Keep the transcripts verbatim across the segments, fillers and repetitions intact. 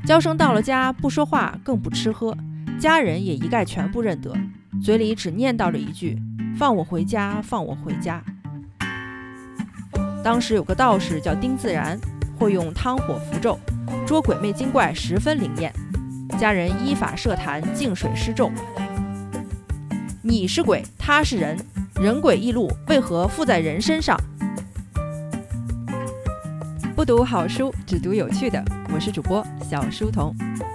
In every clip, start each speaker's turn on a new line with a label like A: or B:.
A: 焦生到了家，不说话，更不吃喝，家人也一概全部认得，嘴里只念叨着一句：放我回家，放我回家。当时有个道士叫丁自然，会用汤火符咒，捉鬼魅精怪十分灵验。家人依法设坛，净水施咒。你是鬼，他是人，人鬼异路，为何附在人身上？不读好书，只读有趣的。我是主播小书童。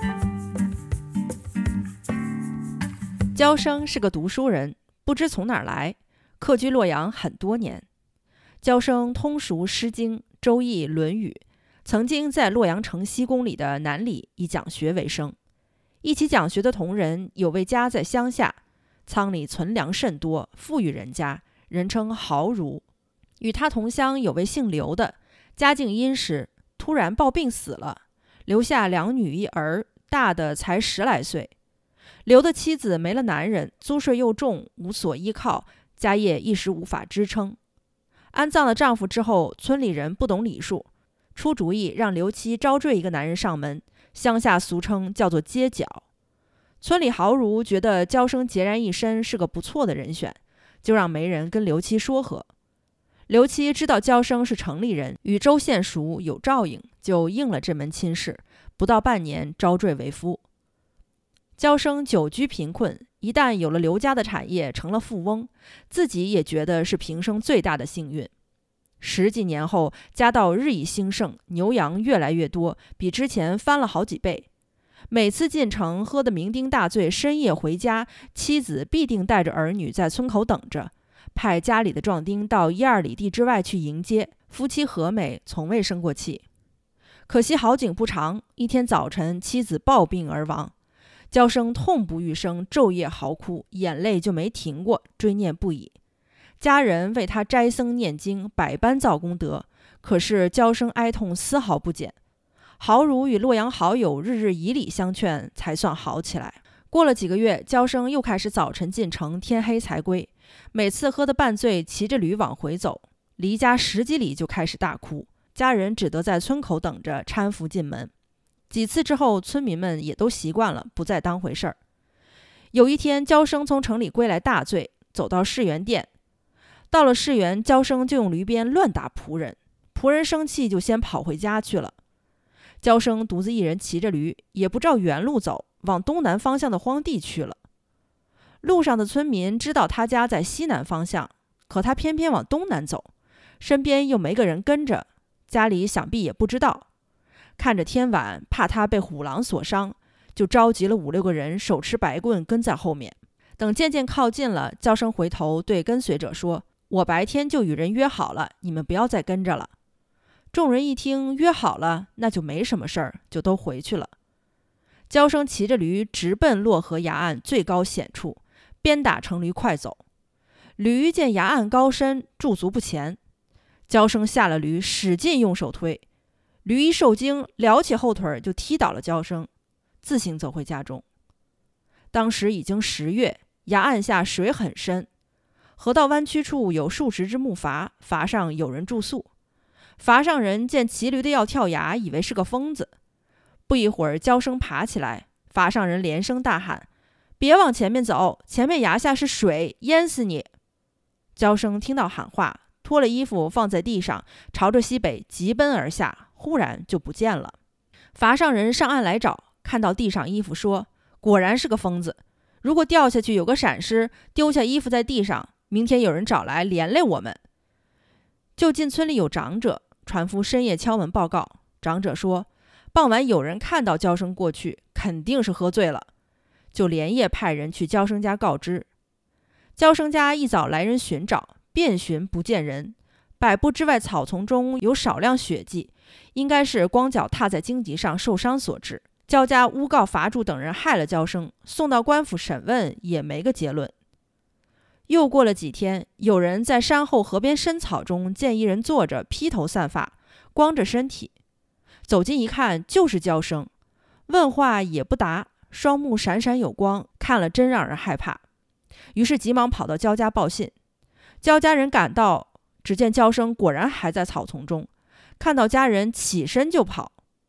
A: 焦生是个读书人，不知从哪儿来，客居洛阳很多年。焦生通熟《诗经》《周易》《论语》，曾经在洛阳城西宫里的南里以讲学为生。一起讲学的同仁有位家在乡下，仓里存粮甚多，富裕人家，人称豪儒。与他同乡有位姓刘的，家境殷实，突然暴病死了，留下两女一儿，大的才十来岁。刘的妻子没了男人，租税又重，无所依靠，家业一时无法支撑。安葬了丈夫之后，村里人不懂礼数，出主意让刘妻招赘一个男人上门，乡下俗称叫做接脚。村里豪儒觉得焦生孑然一身是个不错的人选，就让媒人跟刘妻说和。刘妻知道焦生是城里人，与州县熟，有照应，就应了这门亲事，不到半年招赘为夫。焦生久居贫困，一旦有了刘家的产业，成了富翁，自己也觉得是平生最大的幸运。十几年后，家道日益兴盛，牛羊越来越多，比之前翻了好几倍。每次进城喝得酩酊大醉，深夜回家，妻子必定带着儿女在村口等着，派家里的壮丁到一二里地之外去迎接，夫妻和美，从未生过气。可惜好景不长，一天早晨，妻子暴病而亡。焦生痛不欲生，昼夜嚎哭，眼泪就没停过，追念不已。家人为他斋僧念经，百般造功德，可是焦生哀痛丝毫不减。豪儒与洛阳好友日日以礼相劝，才算好起来。过了几个月，焦生又开始早晨进城，天黑才归。每次喝得半醉，骑着驴往回走，离家十几里就开始大哭，家人只得在村口等着搀扶进门。几次之后，村民们也都习惯了，不再当回事儿。有一天，焦生从城里归来大醉，走到市原店。到了市原，焦生就用驴鞭乱打仆人，仆人生气就先跑回家去了。焦生独自一人骑着驴，也不照原路走，往东南方向的荒地去了。路上的村民知道他家在西南方向，可他偏偏往东南走，身边又没个人跟着，家里想必也不知道。看着天晚，怕他被虎狼所伤，就召集了五六个人，手持白棍跟在后面。等渐渐靠近了，焦生回头对跟随者说：我白天就与人约好了，你们不要再跟着了。众人一听约好了，那就没什么事儿，就都回去了。焦生骑着驴直奔洛河崖岸最高险处，鞭打乘驴快走。驴见崖岸高深，驻足不前。焦生下了驴，使劲用手推，驴一受惊，撩起后腿就踢倒了焦生，自行走回家中。当时已经十月，崖岸下水很深，河道弯曲处有数十只木筏，筏上有人住宿。筏上人见骑驴的要跳崖，以为是个疯子。不一会儿，焦生爬起来，筏上人连声大喊：别往前面走，前面崖下是水，淹死你！焦生听到喊话，脱了衣服放在地上，朝着西北急奔而下，忽然就不见了。筏上人上岸来找，看到地上衣服，说：果然是个疯子，如果掉下去有个闪失，丢下衣服在地上，明天有人找来连累我们。就近村里有长者，船夫深夜敲门报告，长者说傍晚有人看到焦生过去，肯定是喝醉了，就连夜派人去焦生家告知。焦生家一早来人寻找，遍寻不见人，百步之外草丛中有少量血迹，应该是光脚踏在荆棘上受伤所致。焦家诬告筏主等人害了焦生，送到官府审问也没个结论。又过了几天，有人在山后河边深草中见一人坐着，披头散发，光着身体。走近一看，就是焦生，问话也不答，双目闪闪有光，看了真让人害怕。于是急忙跑到焦家报信。焦家人赶到，只见焦生果然还在草丛中，看到家人起身就跑。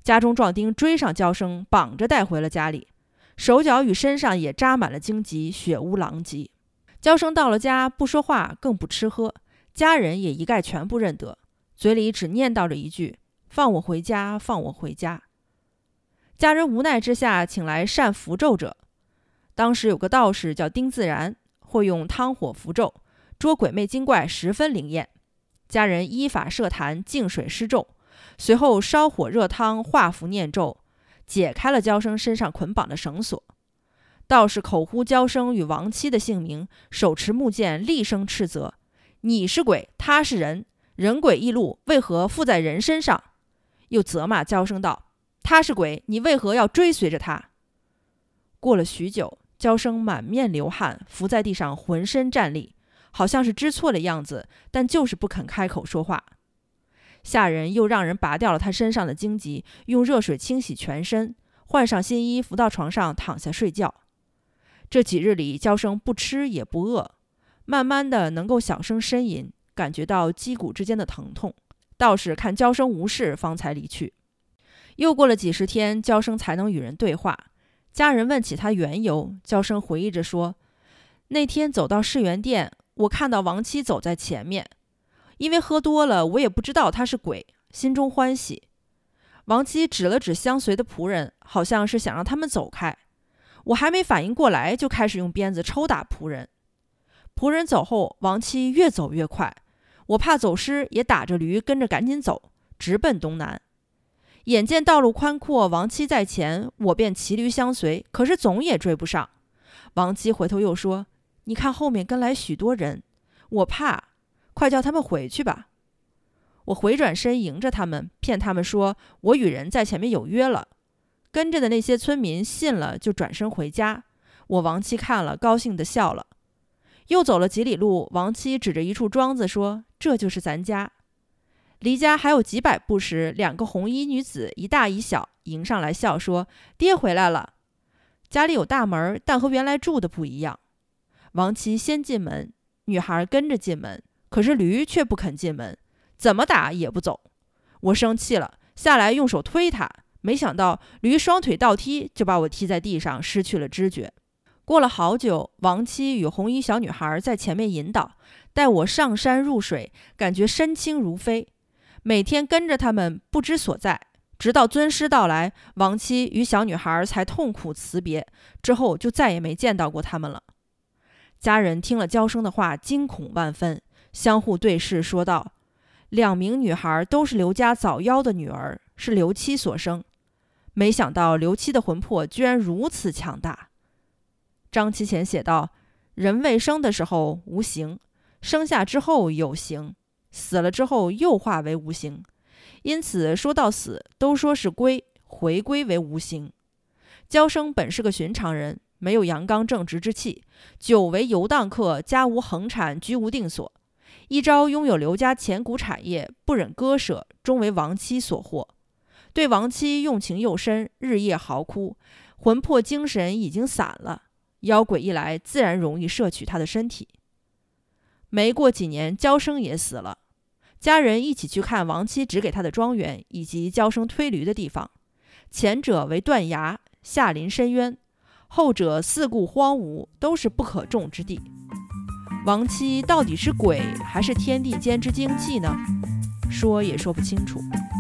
A: 家中壮丁追上焦生，绑着带回了家里，手脚与身上也扎满了荆棘，血污狼藉。焦生到了家，不说话，更不吃喝，家人也一概全部认得，嘴里只念叨着一句：放我回家，放我回家。家人无奈之下，请来善符咒者。当时有个道士叫丁自然，会用汤火符咒，捉鬼魅精怪，十分灵验。家人依法设坛，净水施咒，随后烧火热汤，画符念咒，解开了焦生身上捆绑的绳索。道士口呼焦生与亡妻的姓名，手持木剑，厉声斥责：你是鬼，他是人，人鬼异路，为何附在人身上？又责骂焦生道：他是鬼，你为何要追随着他？过了许久，焦生满面流汗，伏在地上，浑身战栗，好像是知错的样子，但就是不肯开口说话。下人又让人拔掉了他身上的荆棘，用热水清洗全身，换上新衣，扶到床上躺下睡觉。这几日里，焦生不吃也不饿，慢慢的能够小声呻吟，感觉到肌骨之间的疼痛。道士看焦生无事，方才离去。又过了几十天，焦生才能与人对话。家人问起他缘由，焦生回忆着说：那天走到世元殿，我看到亡妻走在前面，因为喝多了，我也不知道他是鬼，心中欢喜。亡妻指了指相随的仆人，好像是想让他们走开。我还没反应过来，就开始用鞭子抽打仆人。仆人走后，亡妻越走越快，我怕走失，也打着驴跟着赶紧走，直奔东南。眼见道路宽阔，亡妻在前，我便骑驴相随，可是总也追不上。亡妻回头又说：你看后面跟来许多人，我怕，快叫他们回去吧。我回转身迎着他们，骗他们说我与人在前面有约了。跟着的那些村民信了，就转身回家。我亡妻看了，高兴地笑了。又走了几里路，亡妻指着一处庄子说：这就是咱家。离家还有几百步时，两个红衣女子，一大一小，迎上来笑说：爹回来了。家里有大门，但和原来住的不一样。亡妻先进门，女孩跟着进门，可是驴却不肯进门，怎么打也不走。我生气了，下来用手推他，没想到驴双腿倒踢，就把我踢在地上，失去了知觉。过了好久，亡妻与红衣小女孩在前面引导，带我上山入水，感觉身轻如飞。每天跟着他们不知所在，直到尊师到来，亡妻与小女孩才痛苦辞别，之后就再也没见到过他们了。家人听了焦生的话，惊恐万分，相互对视说道：两名女孩都是刘家早夭的女儿，是刘妻所生，没想到刘妻的魂魄居然如此强大。张其前写道：人未生的时候无形，生下之后有形，死了之后又化为无形，因此说到死都说是归，回归为无形。焦生本是个寻常人，没有阳刚正直之气，久为游荡客，家无恒产，居无定所。一朝拥有刘家钱谷产业，不忍割舍，终为亡妻所获。对亡妻用情又深，日夜嚎哭，魂魄精神已经散了，妖鬼一来，自然容易摄取他的身体。没过几年，焦生也死了，家人一起去看亡妻指给他的庄园以及焦生推驴的地方。前者为断崖，下临深渊，后者四顾荒芜，都是不可种之地。亡妻到底是鬼还是天地间之精气呢？说也说不清楚。